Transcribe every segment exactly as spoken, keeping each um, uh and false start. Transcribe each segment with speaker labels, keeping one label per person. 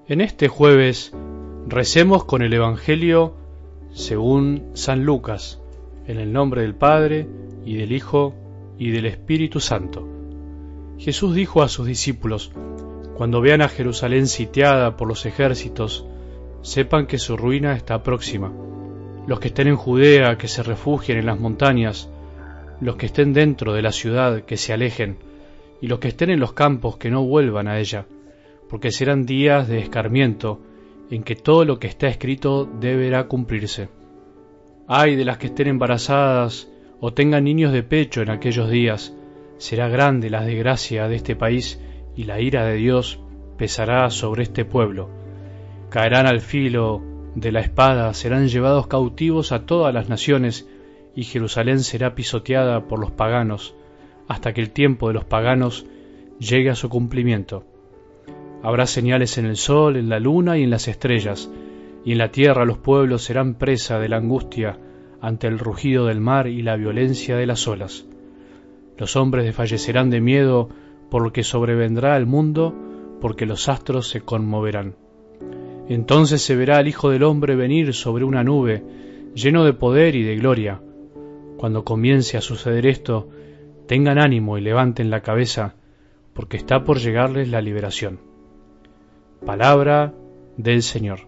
Speaker 1: En este jueves recemos con el Evangelio según San Lucas, en el nombre del Padre, y del Hijo, y del Espíritu Santo. Jesús dijo a sus discípulos: cuando vean a Jerusalén sitiada por los ejércitos, sepan que su ruina está próxima. Los que estén en Judea, que se refugien en las montañas; los que estén dentro de la ciudad, que se alejen; y los que estén en los campos, que no vuelvan a ella, porque serán días de escarmiento, en que todo lo que está escrito deberá cumplirse. Ay de las que estén embarazadas o tengan niños de pecho en aquellos días; será grande la desgracia de este país, y la ira de Dios pesará sobre este pueblo. Caerán al filo de la espada, serán llevados cautivos a todas las naciones, y Jerusalén será pisoteada por los paganos, hasta que el tiempo de los paganos llegue a su cumplimiento. Habrá señales en el sol, en la luna y en las estrellas, y en la tierra los pueblos serán presa de la angustia ante el rugido del mar y la violencia de las olas. Los hombres desfallecerán de miedo por lo que sobrevendrá al mundo, porque los astros se conmoverán. Entonces se verá al Hijo del Hombre venir sobre una nube, lleno de poder y de gloria. Cuando comience a suceder esto, tengan ánimo y levanten la cabeza, porque está por llegarles la liberación. Palabra del Señor.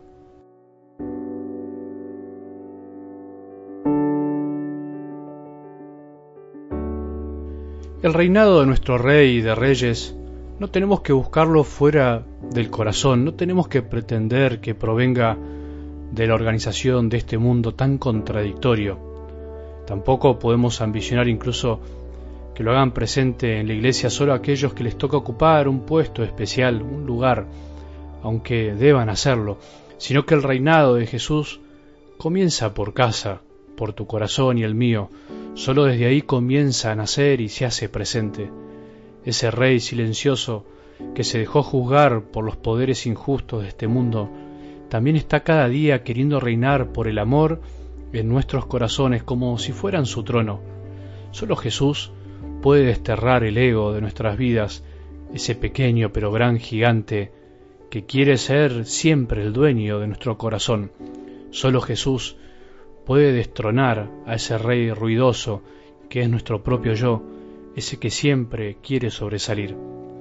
Speaker 1: El reinado de nuestro Rey y de Reyes no tenemos que buscarlo fuera del corazón, no tenemos que pretender que provenga de la organización de este mundo tan contradictorio. Tampoco podemos ambicionar incluso que lo hagan presente en la iglesia solo aquellos que les toca ocupar un puesto especial, un lugar, aunque deban hacerlo, sino que el reinado de Jesús comienza por casa, por tu corazón y el mío. Solo desde ahí comienza a nacer y se hace presente. Ese rey silencioso que se dejó juzgar por los poderes injustos de este mundo, también está cada día queriendo reinar por el amor en nuestros corazones como si fueran su trono. Solo Jesús puede desterrar el ego de nuestras vidas, ese pequeño pero gran gigante que quiere ser siempre el dueño de nuestro corazón. Solo Jesús puede destronar a ese rey ruidoso que es nuestro propio yo, ese que siempre quiere sobresalir.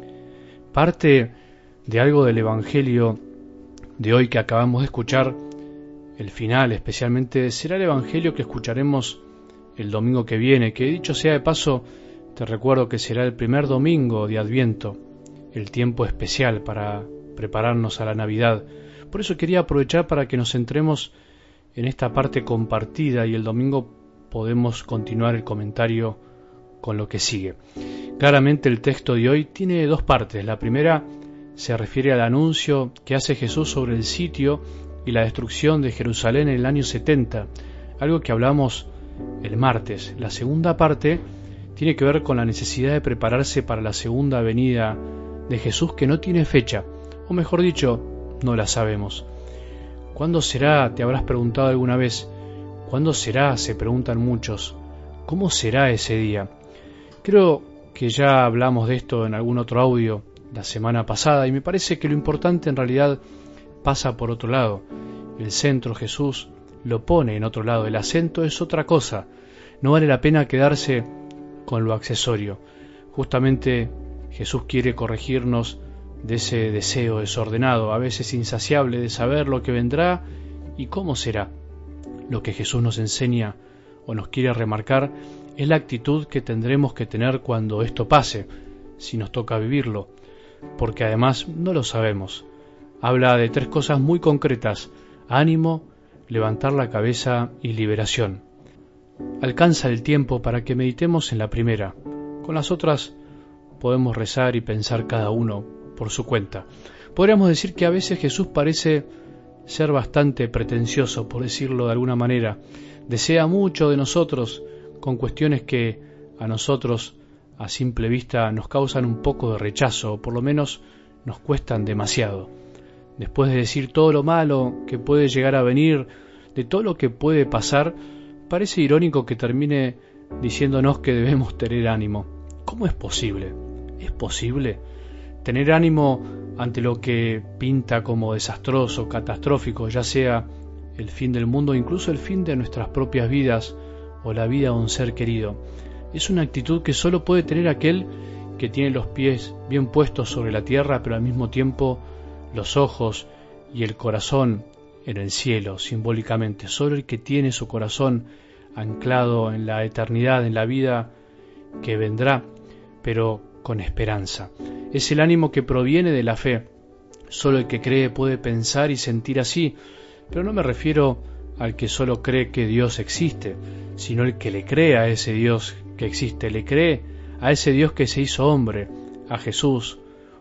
Speaker 1: Parte de algo del Evangelio de hoy que acabamos de escuchar, el final especialmente, será el Evangelio que escucharemos el domingo que viene, que dicho sea de paso, te recuerdo que será el primer domingo de Adviento, el tiempo especial para prepararnos a la Navidad. Por eso quería aprovechar para que nos centremos en esta parte compartida y el domingo podemos continuar el comentario con lo que sigue. Claramente el texto de hoy tiene dos partes. La primera se refiere al anuncio que hace Jesús sobre el sitio y la destrucción de Jerusalén en el año setenta, algo que hablamos el martes. La segunda parte tiene que ver con la necesidad de prepararse para la segunda venida de Jesús, que no tiene fecha, o mejor dicho, no la sabemos. ¿Cuándo será? Te habrás preguntado alguna vez. ¿Cuándo será? Se preguntan muchos. ¿Cómo será ese día? Creo que ya hablamos de esto en algún otro audio la semana pasada, y me parece que lo importante en realidad pasa por otro lado. El centro Jesús lo pone en otro lado, el acento es otra cosa. No vale la pena quedarse con lo accesorio. Justamente Jesús quiere corregirnos de ese deseo desordenado, a veces insaciable, de saber lo que vendrá y cómo será. Lo que Jesús nos enseña o nos quiere remarcar es la actitud que tendremos que tener cuando esto pase, si nos toca vivirlo, porque además no lo sabemos. Habla de tres cosas muy concretas: ánimo, levantar la cabeza y liberación. Alcanza el tiempo para que meditemos en la primera. Con las otras podemos rezar y pensar cada uno por su cuenta. Podríamos decir que a veces Jesús parece ser bastante pretencioso, por decirlo de alguna manera. Desea mucho de nosotros con cuestiones que a nosotros a simple vista nos causan un poco de rechazo, o por lo menos nos cuestan demasiado. Después de decir todo lo malo que puede llegar a venir, de todo lo que puede pasar, parece irónico que termine diciéndonos que debemos tener ánimo. ¿Cómo es posible? ¿Es posible tener ánimo ante lo que pinta como desastroso, catastrófico, ya sea el fin del mundo, incluso el fin de nuestras propias vidas o la vida de un ser querido. Es una actitud que solo puede tener aquel que tiene los pies bien puestos sobre la tierra, pero al mismo tiempo los ojos y el corazón en el cielo, simbólicamente. Solo el que tiene su corazón anclado en la eternidad, en la vida que vendrá, pero con esperanza. Es el ánimo que proviene de la fe. Solo el que cree puede pensar y sentir así, pero no me refiero al que solo cree que Dios existe, sino el que le cree a ese Dios que existe, le cree a ese Dios que se hizo hombre, a Jesús,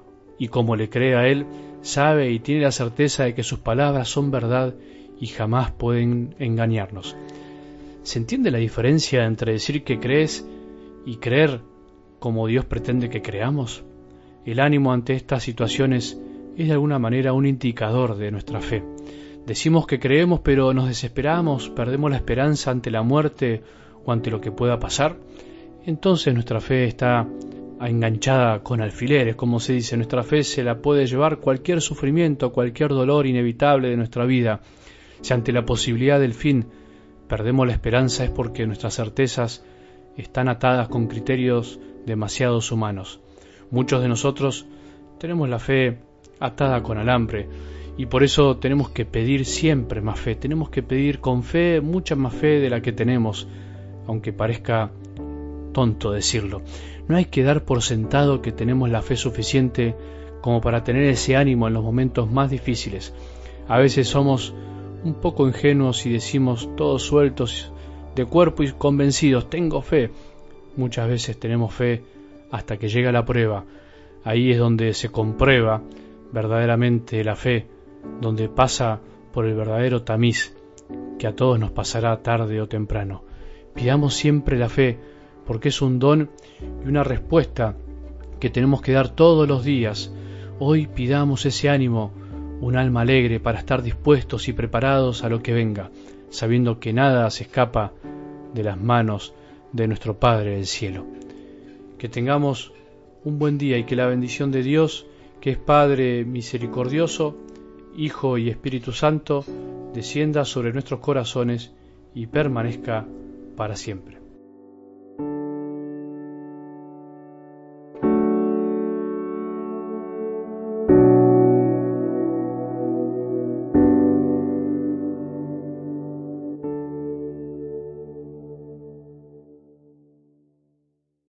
Speaker 1: y como le cree a Él, sabe y tiene la certeza de que sus palabras son verdad y jamás pueden engañarnos. ¿Se entiende la diferencia entre decir que crees y creer como Dios pretende que creamos? El ánimo ante estas situaciones es de alguna manera un indicador de nuestra fe. Decimos que creemos, pero nos desesperamos, perdemos la esperanza ante la muerte o ante lo que pueda pasar. Entonces nuestra fe está enganchada con alfileres, como se dice. Nuestra fe se la puede llevar cualquier sufrimiento, cualquier dolor inevitable de nuestra vida. Si ante la posibilidad del fin perdemos la esperanza, es porque nuestras certezas están atadas con criterios demasiado humanos. Muchos de nosotros tenemos la fe atada con alambre, y por eso tenemos que pedir siempre más fe, tenemos que pedir con fe, mucha más fe de la que tenemos, aunque parezca tonto decirlo. No hay que dar por sentado que tenemos la fe suficiente como para tener ese ánimo en los momentos más difíciles. A veces somos un poco ingenuos y decimos todos sueltos de cuerpo y convencidos, tengo fe. Muchas veces tenemos fe hasta que llega la prueba. Ahí es donde se comprueba verdaderamente la fe, donde pasa por el verdadero tamiz que a todos nos pasará tarde o temprano. Pidamos siempre la fe, porque es un don y una respuesta que tenemos que dar todos los días. Hoy pidamos ese ánimo, un alma alegre para estar dispuestos y preparados a lo que venga, sabiendo que nada se escapa de las manos de nuestro Padre del cielo. Que tengamos un buen día y que la bendición de Dios, que es Padre misericordioso, Hijo y Espíritu Santo, descienda sobre nuestros corazones y permanezca para siempre.